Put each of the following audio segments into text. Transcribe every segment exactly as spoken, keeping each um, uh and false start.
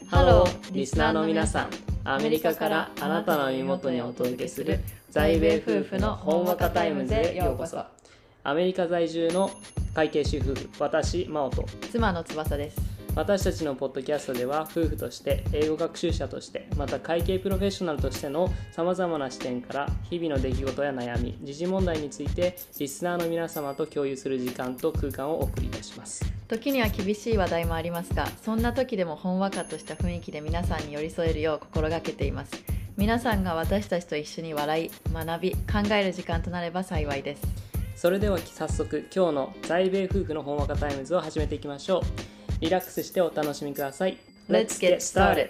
ハロー、リスナーの皆さん。アメリカからあなたの耳元にお届けする在米夫婦のほんわかタイムズへようこそ。アメリカ在住の会計主婦、私、真央と妻の翼です。 私たちのポッドキャストでは夫婦として英語学習者としてまた会計プロフェッショナルとしてのさまざまな視点から日々の出来事や悩み、時事問題についてリスナーの皆様と共有する時間と空間をお送りいたします。 時には厳しい話題もありますが、そんな時でもほんわかとした雰囲気で皆さんに寄り添えるよう心がけています。皆さんが私たちと一緒に笑い、学び、考える時間となれば幸いです。 それでは早速今日の在米夫婦のほんわかタイムズを始めていきましょう。リラックスしてお楽しみください。 Let's get started。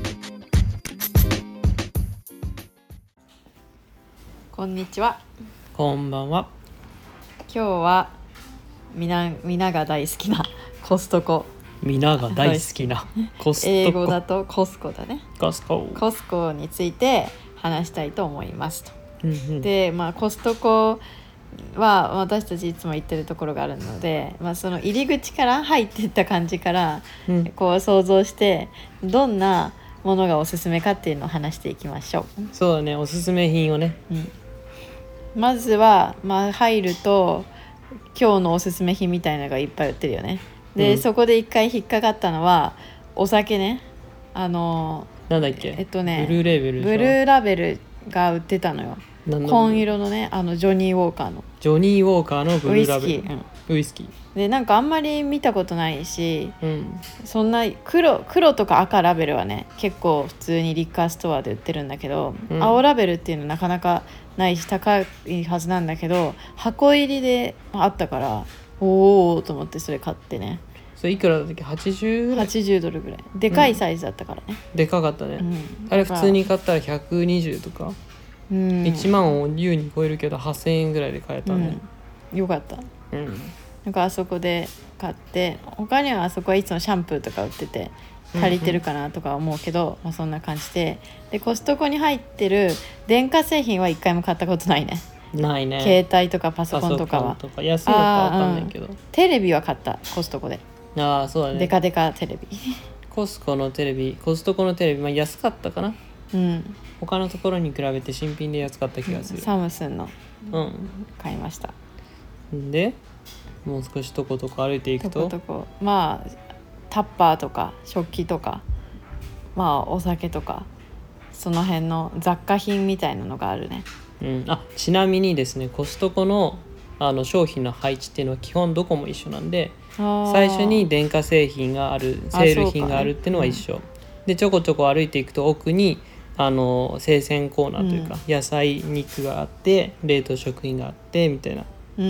こんにちは。 こんばんは。 今日はみな、みなが大好きなコストコ、 みなが大好きなコストコ、 英語だとコスコだね。 コスココスコについて話したいと思いますと。 うん、うん、で、 まあ、コストコは私たちいつも行ってるところがあるので、まあ、その入り口から入っていった感じから、うん、こう想像してどんなものがおすすめかっていうのを話していきましょう。 そうだね、おすすめ品をね、 うん、まずは、まあ、入ると今日のおすすめ品みたいなのがいっぱい売ってるよね。で、うん、そこで一回引っかかったのはお酒ね。あのなんだっけ、 えっとね、 ブルーレーベルブルーラベルが売ってたのよ。紺色のね、あのジョニーウォーカーのジョニーウォーカーのブルーラベルウイスキー、うん、 ウイスキーで、なんかあんまり見たことないし、 うん、 そんな 黒, 黒とか赤ラベルはね結構普通にリッカーストアで売ってるんだけど、うん、青ラベルっていうのなかなかないし高いはずなんだけど、箱入りであったからおーと思ってそれ買ってね。 それいくらだったっけ？ はちじゅう? はちじゅうドルぐらいでかいサイズだったからね、 うん、でかかったね、うん、あれ普通に買ったらひゃくにじゅうとか、うん、いちまんを優に超えるけどはっせんえんぐらいで買えたね、 うん、よかった、 うん、 なんかあそこで買って、他にはあそこはいつもシャンプーとか売ってて足りてるかなとか思うけど、うんうん、まあ、そんな感じで、でコストコに入ってる電化製品は一回も買ったことないね。 ないね。 携帯とかパソコンとかはパソコンとか安いのか分かんないけど、うん、 テレビは買ったコストコで。 ああ、そうだね、 デカデカテレビコスコのテレビ、コストコのテレビ、まあ、安かったかな、 うん、 他のところに比べて新品で安かった気がする、 うん、サムスンの、 うん、 買いました。 でもう少しとことこ歩いていくと、 とことこ、まあタッパーとか食器とか、まあお酒とかその辺の雑貨品みたいなのがあるね、 うん、あ、ちなみにですね、コストコのあの商品の配置っていうのは基本どこも一緒なんで、最初に電化製品がある、セール品があるっていうのは一緒、ね、うん、でちょこちょこ歩いていくと奥にあの生鮮コーナーというか、うん、野菜肉があって冷凍食品があってみたいな、 うんうん、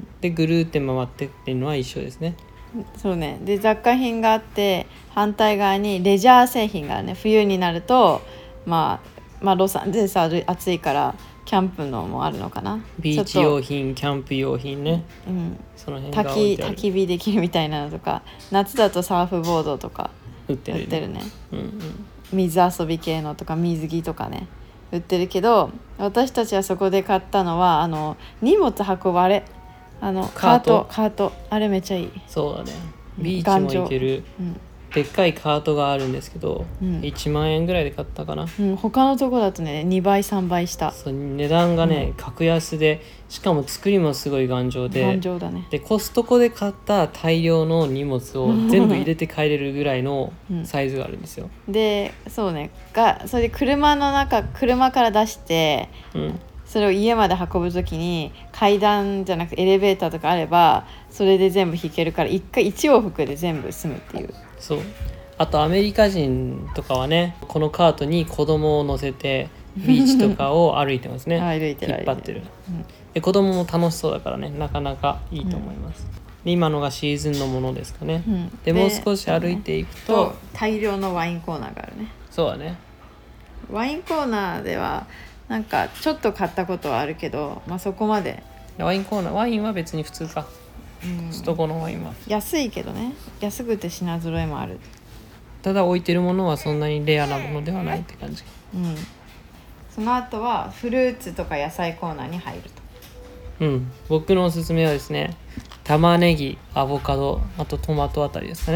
でぐるーって回ってっていうのは一緒ですね。 そうね。で雑貨品があって反対側にレジャー製品があるね。冬になると、まあ、まあロサンゼルスは暑いからキャンプのもあるのかな。 ビーチ用品、キャンプ用品ね、 うん、 その辺が置いてある。 焚き、焚き火できるみたいなのとか、夏だとサーフボードとか売ってるね、売ってるね、うんうん、水遊び系のとか水着とかね売ってるけど、私たちはそこで買ったのはあの荷物運ぶあれ、あのカートカートあれめっちゃいい。 そうだね、ビーチも行ける、うん、でっかいカートがあるんですけど、うん、いちまんえんぐらいで買ったかな、 うん、他のとこだとねにばいさんばいした。 そう、値段がね、うん、格安で、しかも作りもすごい頑丈で、 頑丈だね。 でコストコで買った大量の荷物を全部入れて帰れるぐらいのサイズがあるんですよ、 うん、でそうねがそれで車の中車から出して、うん、それを家まで運ぶときに階段じゃなくてエレベーターとかあればそれで全部引けるから一回一往復で全部済むっていう。 そう、あとアメリカ人とかはね、このカートに子供を乗せてビーチとかを歩いてますね歩いてる引っ張ってる、うん、で子供も楽しそうだからね、なかなかいいと思います、うん、で今のがシーズンのものですかね、うん、で, でもう少し歩いていく と,、 ね、と大量のワインコーナーがあるね。 そうだね、 ワインコーナーではなんかちょっと買ったことはあるけど、まあ、そこまで。 ワインコーナー、ワインは別に普通か、うん、コストコのワインは安いけどね、安くて品揃えもある。 ただ置いてるものはそんなにレアなものではないって感じ、 うん、その後はフルーツとか野菜コーナーに入ると。 うん、僕のおすすめはですね、玉ねぎ、アボカド、あとトマトあたりですかね。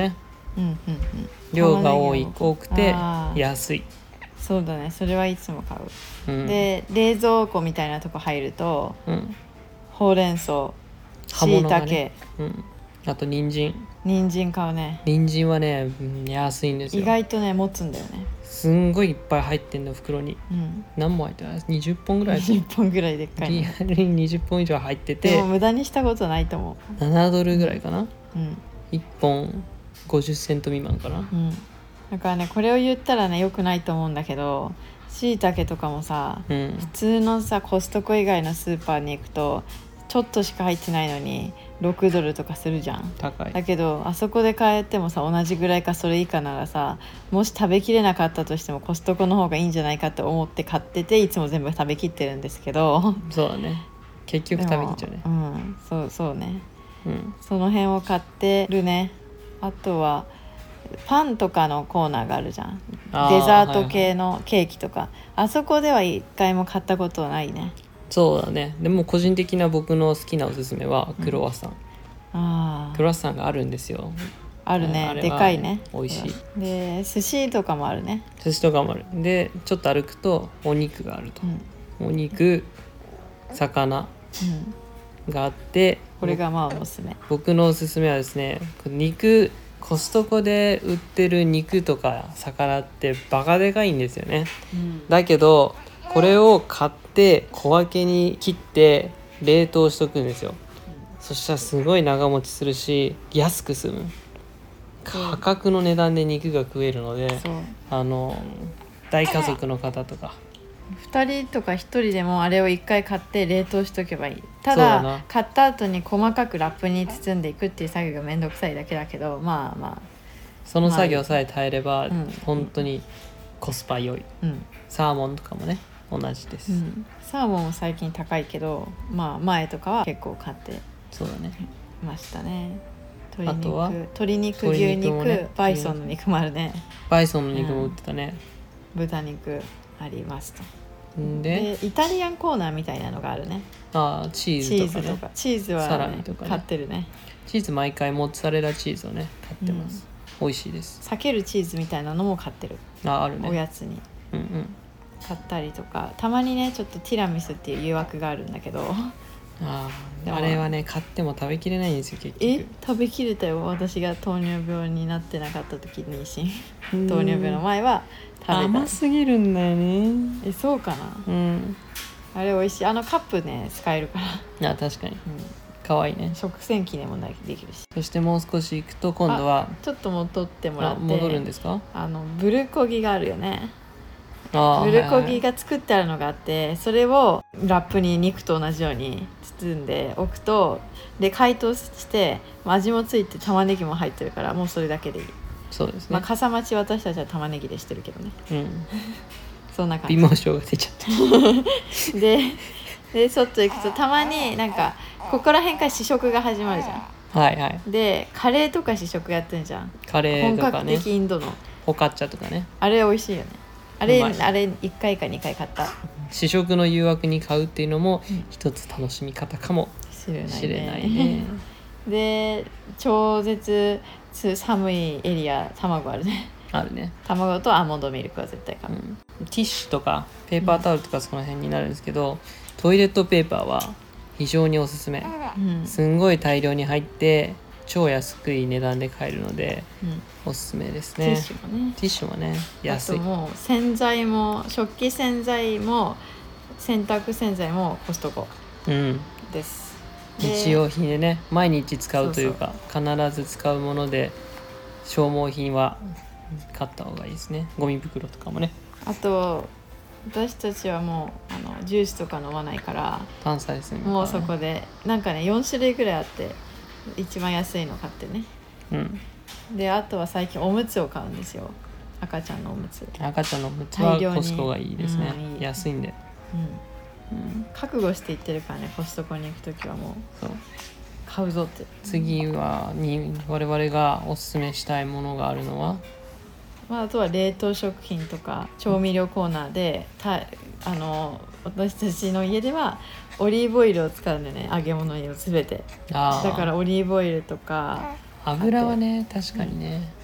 うんうんうん、 量が多い多くて安い。 そうだね、それはいつも買う、 うん、 で冷蔵庫みたいなとこ入ると、 うん、 ほうれん草、しいたけ、 うん、あと人参人参買うね。 人参はね、うん、安いんですよ。 意外とね持つんだよね。 すんごいいっぱい入ってんの袋に、うん、何本入ってる？にじゅっぽんぐらい。 にじゅっぽんぐらいでっかい、 ね、リアルににじゅっぽん以上入ってて、 でも無駄にしたことないと思う。ななドルぐらいかな、 うん、 いっぽんごじゅっセント未満かな、うん、 だからねこれを言ったらね良くないと思うんだけど、しいたけとかもさ、うん、普通のさコストコ以外のスーパーに行くとちょっとしか入ってないのにろくドルとかするじゃん。 高い。 だけどあそこで買えてもさ同じぐらいかそれ以下ならさ、もし食べきれなかったとしてもコストコの方がいいんじゃないかって思って買ってて、いつも全部食べきってるんですけど。 そうだね、結局食べきっちゃうね。 うん、そうそうね、 うん、 その辺を買ってるね。あとはパンとかのコーナーがあるじゃん、デザート系のケーキとか、はいはい、あそこでは一回も買ったことないね。 そうだね。でも個人的な僕の好きなおすすめはクロワッサン、うん、あクロワッサンがあるんですよ。 あるね、でかいね、 美味しい。 で寿司とかもあるね。 寿司とかもある。でちょっと歩くとお肉があると、うん、お肉魚があって、うん、 これがまあおすすめ。 僕のおすすめはですね、肉コストコで売ってる肉とか魚ってバカでかいんですよね、うん、だけどこれを買って小分けに切って冷凍しとくんですよ、うん、そしたらすごい長持ちするし安く済む、破格の値段で肉が食えるので、あの大家族の方とかふたりとかひとりでもあれをいっかい買って冷凍しとけばいい。ただ買った後に細かくラップに包んでいくっていう作業がめんどくさいだけだけど、まあまあその作業さえ耐えれば、まあ、本当にコスパ良い、うん、サーモンとかもね同じです、うん、 サーモンも最近高いけど、まあ前とかは結構買ってそうだねましたね。鶏肉、 あとは鶏肉、牛肉、ね、バイソンの肉もあるね。 バイソンの肉も売ってたね、 うん、豚肉ありますと。 で, でイタリアンコーナーみたいなのがあるね。 ああチーズとか、ね、 チーズとかチーズは、ね、サラミとか、ね、買ってるね。 チーズ毎回モッツァレラチーズをね買ってます、うん、美味しいです。 避けるチーズみたいなのも買ってる。 ああるね、 おやつに、 うんうん、 買ったりとか、たまにねちょっとティラミスっていう誘惑があるんだけどああれはね買っても食べきれないんですよ結局。 え食べきれたよ、私が糖尿病になってなかった時に糖尿病の前は食べた。 甘すぎるんだよね。 えそうかな、うん、あれ美味しい。あのカップね使えるからあ確かに、うん、かわいいね。 食洗機でもできるし。 そしてもう少し行くと今度はちょっと戻ってもらって。 戻るんですか。 あのブルコギがあるよね。あブルコギが作ってあるのがあって、はいはい、それをラップに肉と同じように包んでおくと、で解凍して味もついて玉ねぎも入ってるから、もうそれだけでいい。 そうですね。 まあ、かさ増し私たちは玉ねぎでしてるけどね、うん、そんな感じ。 微毛症が出ちゃったででちょっといくとたまになんかここら辺から試食が始まるじゃん。 はいはい。 でカレーとか試食やってるじゃん。 カレーとかね、 本格的インドのフォカッチャとかね。 あれ美味しいよね。あれあれいっかいかにかい買った。 試食の誘惑に買うっていうのも一つ楽しみ方かもしれないね。 で超絶寒いエリア卵あるね。 あるね。 卵とアーモンドミルクは絶対買う、うん、 ティッシュとかペーパータオルとかその辺になるんですけど、うん、トイレットペーパーは非常におすすめ、うん、すんごい大量に入って超安くい値段で買えるので、うん、おすすめですね。 ティッシュもねティッシュもね安い。 あともう洗剤も食器洗剤も洗濯洗剤もコストコです、 うん、日用品でね毎日使うというかそうそう必ず使うもので、消耗品は買った方がいいですね。ゴミ袋とかもね。 あと私たちはもうあのジュースとか飲まないから炭酸水、ね、 もうそこでなんかねよん種類ぐらいあって一番安いの買ってね、うん、であとは最近おむつを買うんですよ。赤ちゃんのおむつ。 赤ちゃんのおむつはコストがいいですね、うん、いい安いんで、 うんうん、覚悟して行ってるからね。コストコに行くときはもうそう買うぞって。 次はに我々がおすすめしたいものがあるのは、 まあ、あとは冷凍食品とか調味料コーナーでたあの私たちの家ではオリーブオイルを使うんでね、揚げ物をすべて。だからオリーブオイルとか油はね確かにね、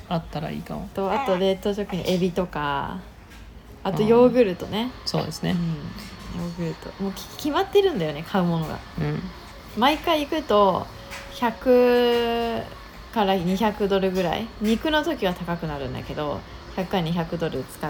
あったらいいかも。 とあと冷凍食品エビとか、あとヨーグルトね。 そうですね、 うん、ヨーグルトもう決まってるんだよね、買うものが。 うん、 毎回行くとひゃくからにひゃくドルぐらい、肉の時は高くなるんだけどひゃくからにひゃくドル使って、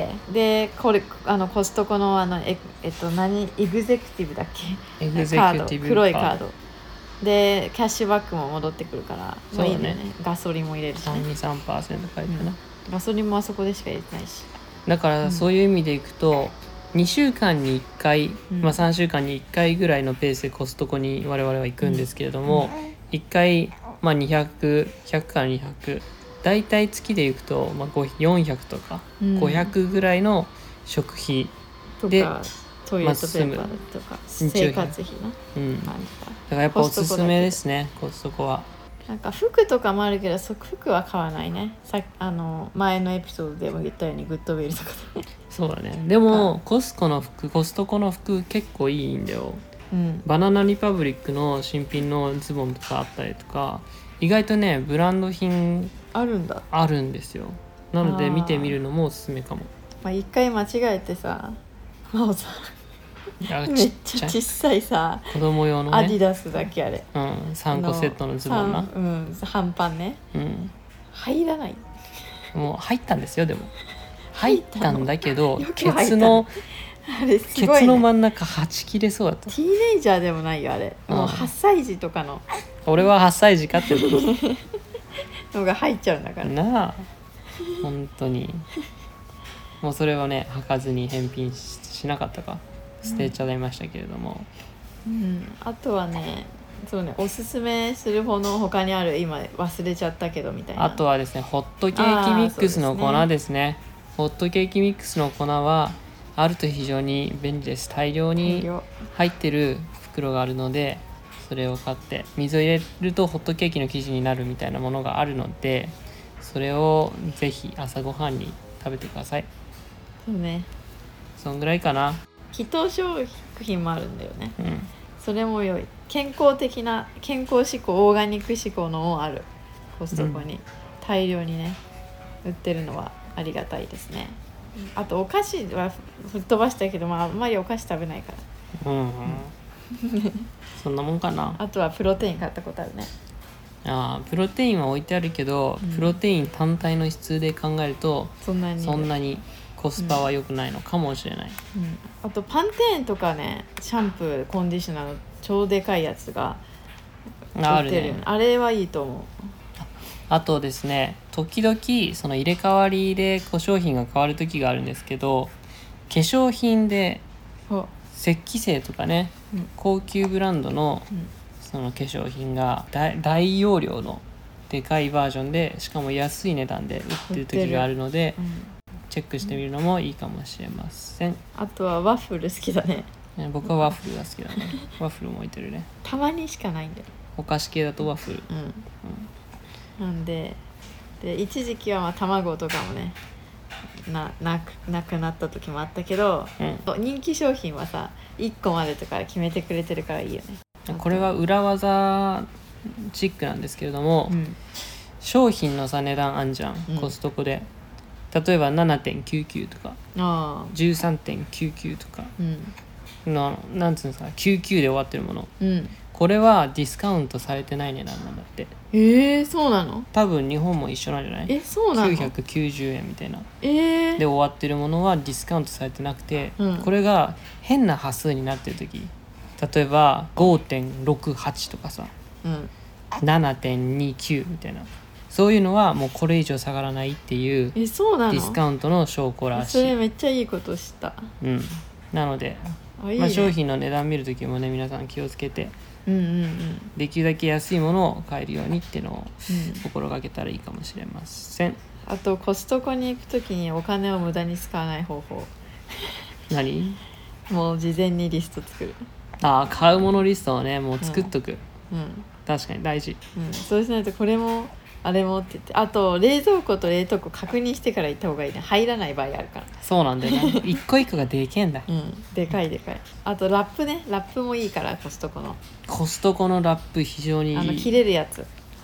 でこれあのコストコのあのええっと何エグゼクティブだっけ、 エグゼカードクティブ黒いカードでキャッシュバックも戻ってくるから、 そうだね、 まあいいんだよね。ガソリンも入れるし、ね、 さん、に、さんパーセント 書いてるな、 うん、ガソリンもあそこでしか入れてないし、 だからそういう意味でいくと、うん、にしゅうかんにいっかい、うん、まあ、さんしゅうかんにいっかいぐらいのペースでコストコに我々は行くんですけれども、うん、いっかい、まあ、にひゃく、ひゃくからにひゃく、だいたい月で行くと、まあ、よんひゃくとかごひゃくぐらいの食費で、 とかトイレットペーパーとか生活費な、 うん、だからやっぱおすすめですね、コストコは。 なんか服とかもあるけど、服は買わないね。さあの前のエピソードでも言ったようにグッドウィルとかでそうだね。でもコスコの服コストコの服結構いいんだよ、 うん、 バナナリパブリックの新品のズボンとかあったりとか、意外とねブランド品あるんだあるんですよ。なので見てみるのもおすすめかも。 まあ、一回間違えてさ、真央さんめっちゃ小さいさ子供用のねアディダスだっけあれ、 うん、さんこセットのズボンな、 うん、半パンね、 うん、 入らない。 もう入ったんですよ。でも入ったんだけどケツのあれすごい、ね、 ケツの真ん中はち切れそうだった。 ティーネイジャーでもないよあれ、うん、もうはっさい児とかの俺ははっさい児かってことのが入っちゃうんだからなあ、本当にもうそれはね履かずに返品 し, しなかったか捨てちゃいましたけれども、 うんうん、あとはねそうね、おすすめするもの他にある、今忘れちゃったけどみたいな。 あとはですねホットケーキミックスの粉ですね。ホットケーキミックスの粉はあると非常に便利です。大量に入ってる袋があるのでそれを買って水を入れるとホットケーキの生地になるみたいなものがあるので、それをぜひ朝ごはんに食べてください。 そうね、 そんぐらいかな。 気糖食品もあるんだよね、 うん、 それも良い。健康的な健康志向オーガニック志向のもあるコストコに大量にね、売ってるのはありがたいですね。あとお菓子は吹っ飛ばしたけど、まあ、あんまりお菓子食べないから、うんうん、そんなもんかな。 あとはプロテイン買ったことあるね。 あプロテインは置いてあるけど、うん、プロテイン単体の質で考えるとそんなにそんなにコスパは良くないのかもしれない、 うんうん、あとパンテーンとかね、シャンプーコンディショナーの超でかいやつが売ってる、 あるね、 あれはいいと思う。 あとですね、時々その入れ替わりでこう商品が変わる時があるんですけど、化粧品で石器製とかね、うん、高級ブランドのその化粧品が 大, 大容量のでかいバージョンで、しかも安い値段で売ってる時があるので、うん、チェックしてみるのもいいかもしれません。 あとはワッフル好きだね。 僕はワッフルが好きだね。ワッフルも置いてるね。 たまにしかないんだよ。 お菓子系だとワッフル、うんうんなんで、で一時期はまあ卵とかもね な, な, くなくなった時もあったけど、うん、人気商品はさいっこまでとか決めてくれてるからいいよね。 これは裏技チックなんですけれども、うん、商品のさ値段あんじゃん、うん、コストコで例えば ななてんきゅうきゅう とか じゅうさんてんきゅうきゅう とか、うん、のなんつうんですかきゅうじゅうきゅうで終わってるもの、うん、これはディスカウントされてない値段なんだって。 えー、そうなの？ 多分日本も一緒なんじゃない？ え、そうなの？ きゅうひゃくきゅうじゅうえんみたいな、 えー、 で終わってるものはディスカウントされてなくて、うん、これが変な端数になってる時、例えば ごてんろくはち とかさ、うん、ななてんにきゅう みたいな、そういうのはもうこれ以上下がらないっていうデえ、そうなの？ ィスカウントの証拠らしい。 それめっちゃいいことした。 うん、なので、 あ、いいね。 まあ、商品の値段見るときもね皆さん気をつけて、 うんうんうん、 できるだけ安いものを買えるようにっていうのを心がけたらいいかもしれません、うん、 あとコストコに行くときにお金を無駄に使わない方法何？ もう事前にリスト作る。 ああ、買うものリストをねもう作っとく、 うんうん、 確かに大事、 うん、そうしないとこれもあれもって言って、あと冷蔵庫と冷凍庫確認してから行った方がいいね。入らない場合あるから。 そうなんだよね一個一個がでけえんだ、 うん、でかいでかい。あとラップね、ラップもいいからコストコのコストコのラップ非常にいい。 あの切れるやつ、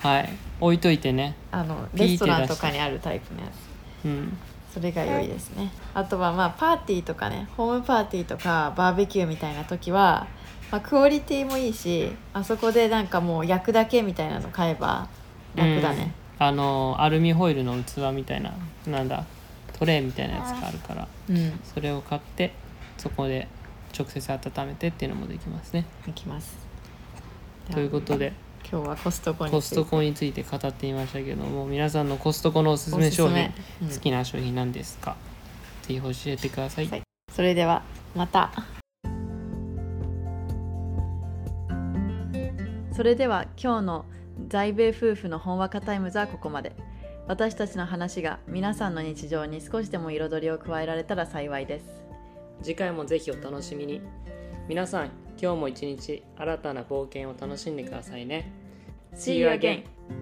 はい置いといてね、 あのレストランとかにあるタイプのやつ、 うん、 それが良いですね。あとはまあパーティーとかね、ホームパーティーとかバーベキューみたいな時は、まあ、クオリティもいいし、あそこでなんかもう焼くだけみたいなの買えば楽だね、 うん、あのアルミホイルの器みたいな、なんだトレイみたいなやつがあるから、 うん、 それを買ってそこで直接温めてっていうのもできますね。 できます。 ということで今日はコストコについてコストコについて語ってみましたけども、皆さんのコストコのおすすめ商品、うん、好きな商品なんですか？ぜひ教えてください。 それではまた。それでは今日の在米夫婦のほんわかタイムズはここまで。私たちの話が皆さんの日常に少しでも彩りを加えられたら幸いです。 次回もぜひお楽しみに。皆さん、今日も一日新たな冒険を楽しんでくださいね。 See you again!